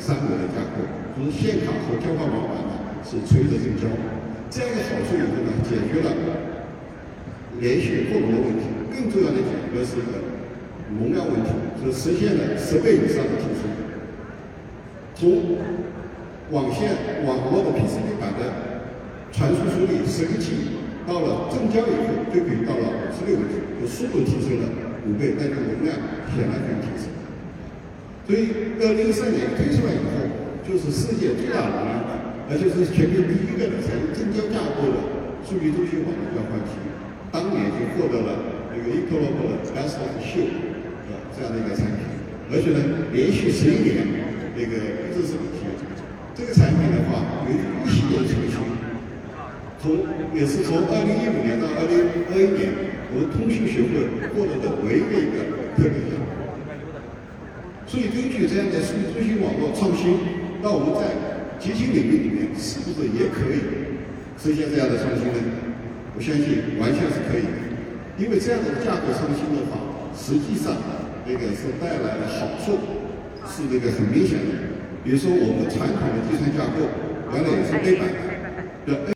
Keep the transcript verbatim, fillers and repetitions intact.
三维的架构，就是显卡和交换网板呢是垂直正交。这样一个好处以后呢，解决了连续扩容的问题，更重要的解决的是一个容量问题，就是实现了十倍以上的提升。从网线网络的 P C B 版的传输速率十个 G， 到了正交以后就可以到了五十六个 G， 就速度提升了五倍，但是容量显然可以提升。所以二零一三年推出来以后，就是世界最大容量版，而且是全球第一个的采用正交架构的数据中心网络交换器，当年就获得了那个 Interloper 的 Best of Show 呃这样的一个产品，而且呢连续十一年那个一直是领先。这个产品的话，有一系列创新，从也是从二零一五年到二零二一年，我们通讯学会获得的唯一的一个特别奖。所以根据这样的数据中心网络创新，那我们在集体领域里面是不是也可以实现这样的创新呢？我相信完全是可以的，因为这样的架构创新的话，实际上那个是带来的好处是那个很明显的。比如说我们传统的计算架构原来也是 A 版的，